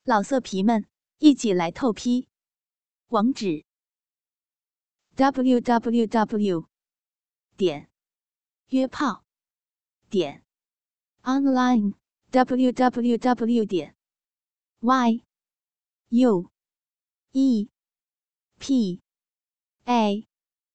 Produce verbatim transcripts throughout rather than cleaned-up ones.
老色皮们，一起来透批！网址 ：double u double u double u 点约炮点 online w w w 点 y u e p a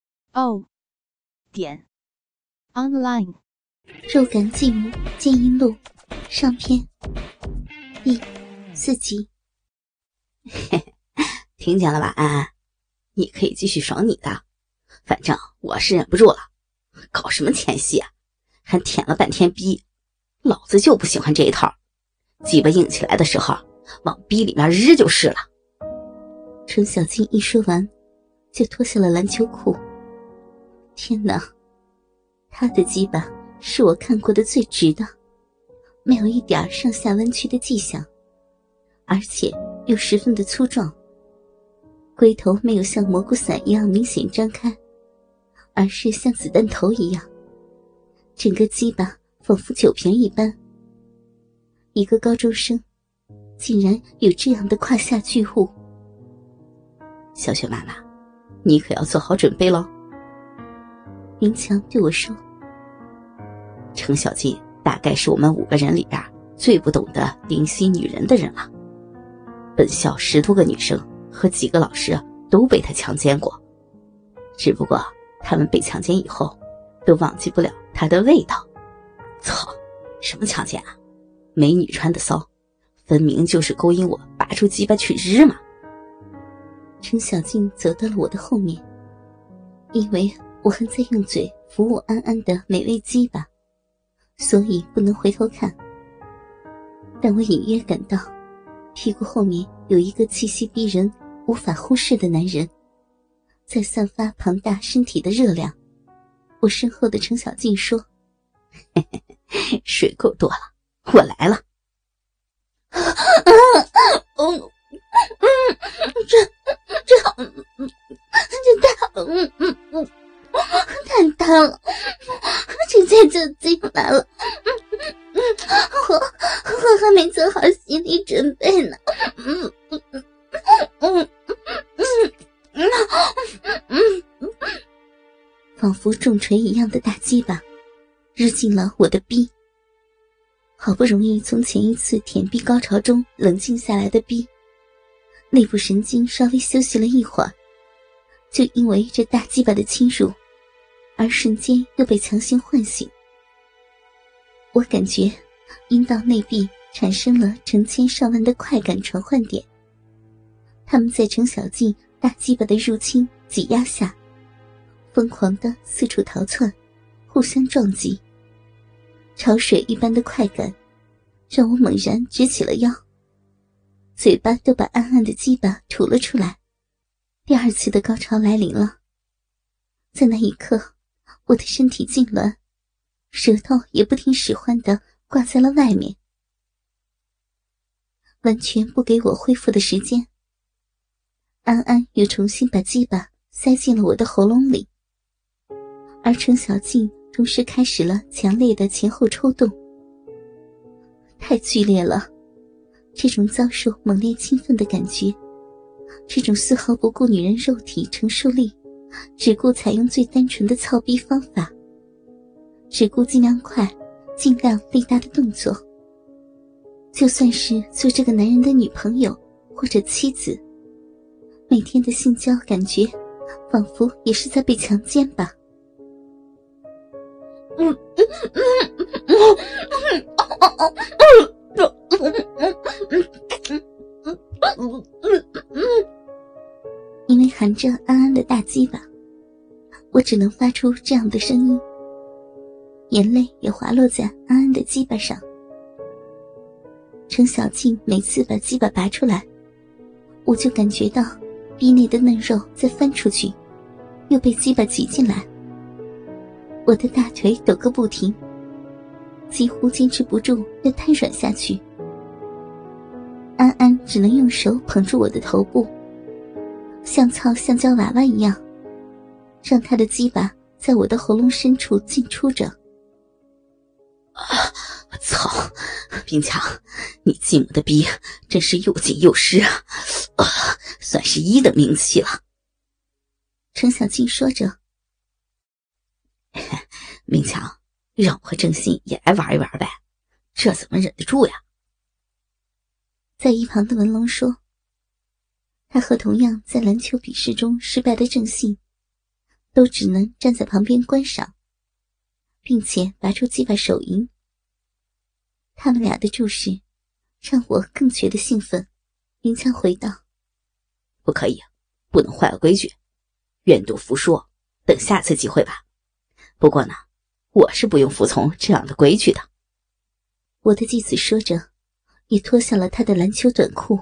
o 点 online。 肉感继母剑阴录上篇第四集。 嘿嘿，听见了吧，安安，你可以继续爽你的，反正我是忍不住了。搞什么前戏啊，还舔了半天逼，老子就不喜欢这一套。鸡巴硬起来的时候，往逼里面日就是了。 程小静一说完，就脱下了篮球裤。天哪，他的鸡巴是我看过的最直的，没有一点上下弯曲的迹象，而且又十分的粗壮。龟头没有像蘑菇伞一样明显张开，而是像子弹头一样，整个鸡巴仿佛酒瓶一般。一个高中生竟然有这样的胯下巨物。 小雪妈妈，你可要做好准备咯。 林强对我说， 程小静大概是我们五个人里边最不懂得怜惜女人的人了。本校十多个女生和几个老师都被她强奸过，只不过她们被强奸以后都忘记不了她的味道。操，什么强奸啊，美女穿的骚，分明就是勾引我拔出鸡巴去日嘛。 程小静走到了我的后面，因为我还在用嘴服务安安的美味鸡巴，所以不能回头看。但我隐约感到屁股后面有一个气息逼人无法忽视的男人在散发庞大身体的热量。我身后的程小静说， 嘿嘿嘿，水够多了，我来了。 嗯嗯，这这好，这太嗯嗯嗯太大了，直接就进来了。嗯嗯，我我还没做好心理准备呢。嗯嗯嗯嗯嗯嗯嗯，仿佛重锤一样的大鸡巴日进了我的逼。好不容易从前一次舔逼高潮中冷静下来的逼，内部神经稍微休息了一会儿，就因为这大鸡巴的侵入而瞬间又被强行唤醒。我感觉阴道内壁产生了成千上万的快感传唤点，它们在程小静大鸡巴的入侵挤压下疯狂地四处逃窜，互相撞击。潮水一般的快感让我猛然直起了腰，嘴巴都把暗暗的鸡巴吐了出来。第二次的高潮来临了，在那一刻我的身体痉挛，舌头也不听使唤地挂在了外面。完全不给我恢复的时间，安安又重新把鸡巴塞进了我的喉咙里，而程小静同时开始了强烈的前后抽动。太剧烈了，这种遭受猛烈兴奋的感觉，这种丝毫不顾女人肉体承受力，只顾采用最单纯的操逼方法，只顾尽量快尽量力大的动作。就算是做这个男人的女朋友或者妻子，每天的性交感觉仿佛也是在被强奸吧。嗯嗯嗯嗯，因为含着安安的大鸡巴，我只能发出这样的声音，眼泪也滑落在安安的鸡巴上。程小静每次把鸡巴拔出来，我就感觉到逼内的嫩肉在翻出去，又被鸡巴挤进来。我的大腿抖个不停，几乎坚持不住要瘫软下去。安安只能用手捧住我的头部，像操橡胶娃娃一样，让他的鸡巴在我的喉咙深处进出着。 啊，操， 冰强，你继母的逼真是又紧又湿啊，啊算是一等名气了。 程小静说着。 明强，让我和郑信也来玩一玩呗，这怎么忍得住呀？ 在一旁的文龙说，他和同样在篮球比试中失败的郑信都只能站在旁边观赏，并且拔出鸡巴手淫。他们俩的注视让我更觉得兴奋。明强回道： 不可以，不能坏了规矩，愿赌服输，等下次机会吧。不过呢，我是不用服从这样的规矩的。 我的继子说着，也脱下了他的篮球短裤。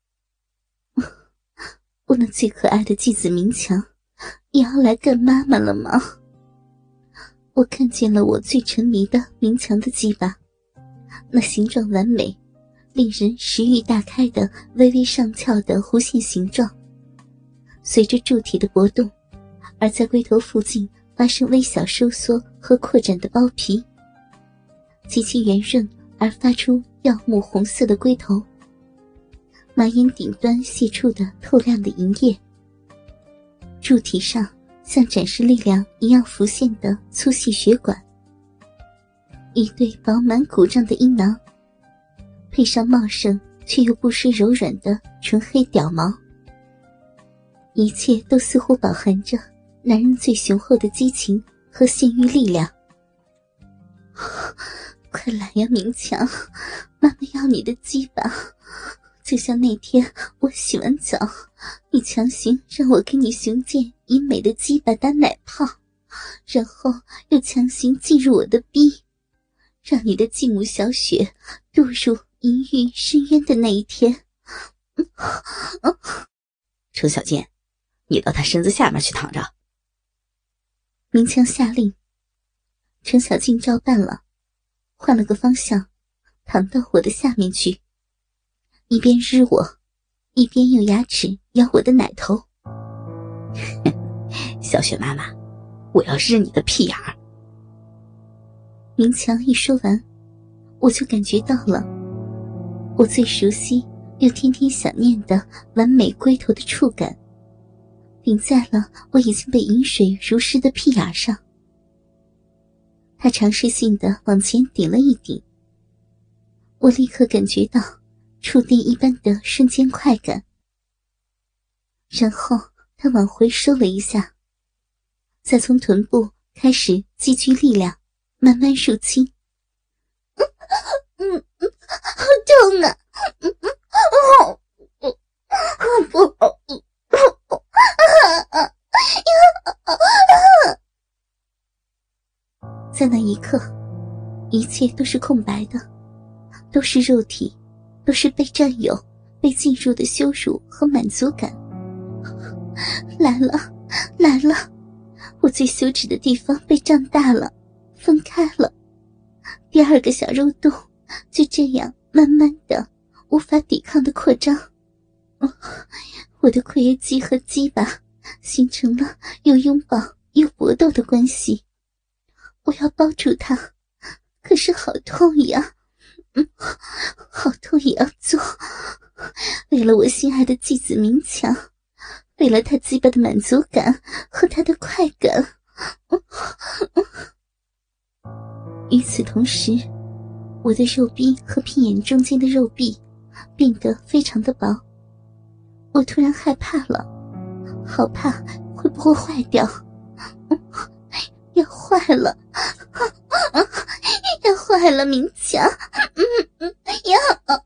我那最可爱的继子明强也要来干妈妈了吗？我看见了我最沉迷的明强的鸡巴，那形状完美，令人食欲大开的微微上翘的弧线形状，随着柱体的搏动，而在龟头附近发生微小收缩和扩展的包皮，极其圆润而发出耀目红色的龟头，马眼顶端泄出的透亮的银液，柱体上像展示力量一样浮现的粗细血管，一对饱满鼓胀的阴囊，配上茂盛却又不失柔软的纯黑屌毛，一切都似乎饱含着男人最雄厚的激情和性欲力量。快来呀，明强，妈妈要你的鸡巴，就像那天我洗完澡，你强行让我给你雄健以美的鸡巴打奶泡，然后又强行进入我的逼，让你的继母小雪堕入淫欲深渊的那一天。 程小健，你到他身子下面去躺着。 明强下令，程小静照办了，换了个方向，躺到我的下面去，一边日我，一边用牙齿咬我的奶头。 小雪妈妈，我要日你的屁眼儿。 明强一说完，我就感觉到了我最熟悉又天天想念的完美龟头的触感，顶在了我已经被饮水如湿的屁眼上。他尝试性地往前顶了一顶，我立刻感觉到触电一般的瞬间快感，然后他往回收了一下，再从臀部开始积聚力量，慢慢入侵。嗯嗯，好痛啊！嗯嗯，好，嗯，不，在那一刻，一切都是空白的，都是肉体，都是被占有、被进入的羞辱和满足感。来了，来了！我最羞耻的地方被胀大了，分开了，第二个小肉洞就这样慢慢的、无法抵抗的扩张。我的括约肌和鸡巴形成了又拥抱又搏斗的关系。我要抱住他，可是好痛呀！嗯，好痛也要做，为了我心爱的继子明强，为了他鸡巴的满足感和他的快感。与此同时，我的肉壁和屁眼中间的肉壁变得非常的薄，我突然害怕了，好怕会不会坏掉，要坏了，要坏了，明强，嗯嗯，要。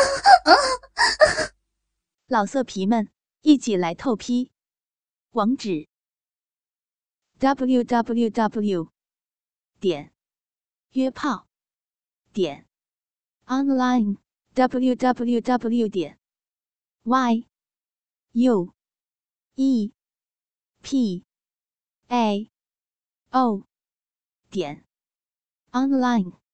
老色皮们，一起来透批，网址 ：double-u double-u double-u 点约炮点 online double-u double-u double-u 点 y u e p a o 点 online。